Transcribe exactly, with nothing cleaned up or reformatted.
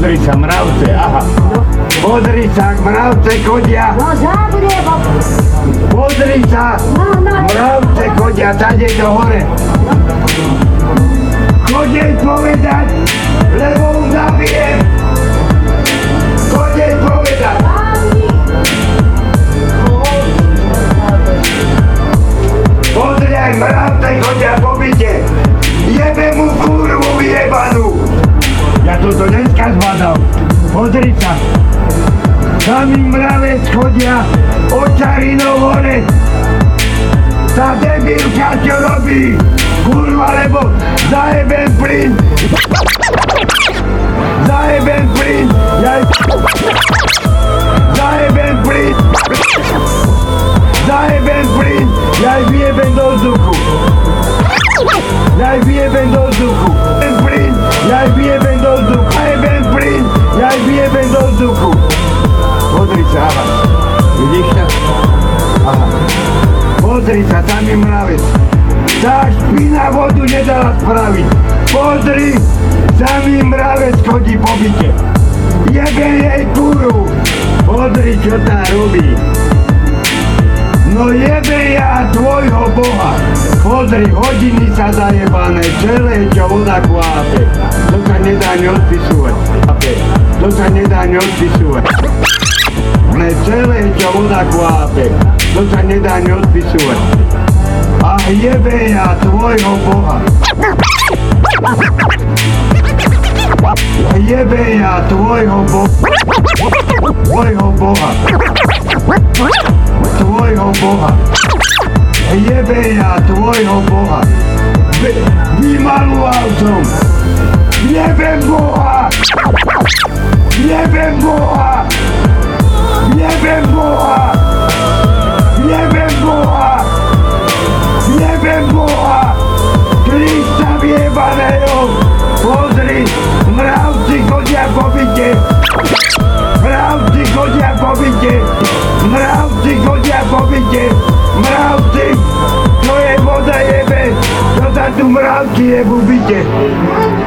Pozri sa, mravce, aha. Pozri sa, mravce chodia. No zabude, bo... Pozri sa, No, no. mravce chodia, tady do hore. Chodej povedať, lebo ho zabijem. Chodej povedať. Pozri, aj mravce chodia po byte. Jebe mu kurvu vyjebanú. Ja toto dneska zvládal. Pozri sa. Samý mravec chodia očarinou hore. Tá debilka čo robí? Kurva, lebo zajebem plyn. Zajebem plyn. Ja... Zajebem plyn. Zajebem plyn. Ja ich vyjebem do vzduchu. Ja ich vyjebem do vzduchu. Zajebem plyn. Ja ich vyjebem do vzduchu. Zajebem plyn. Ja ich vyjebem do vzduchu. Pozri sa, aha. Vidíš to? Aha. Pozri sa, tam je mravec. Tá špina vodu nedala spraviť. Pozri, samý mravec chodí po byte. Jebe jej kuru. Pozri, čo tá robí. No jebe ja tvojho boha. Pozri, hodiny sa zajebané, celé čo voda kvápe. To sa nedá neodpisovať. To sa nedá neodpisovať. Ne celé čo voda kvápe. To sa nedá neodpisovať. A jebe ja tvojho boha. Jebe ja tvojho boha. Tvojho boha. Tvojho boha. Jebe ja tvojho boha. Vymaluval som. Jebem boha. Jebem boha. Jebem boha. Jebem boha. Jebem boha. Krista vyjebaného. Pozri, mravci chodia po byte. Mravci chodia po byte. Mravci chodia po byte. Mravci, to je voda jebe. To sa tu mravci jebu byte.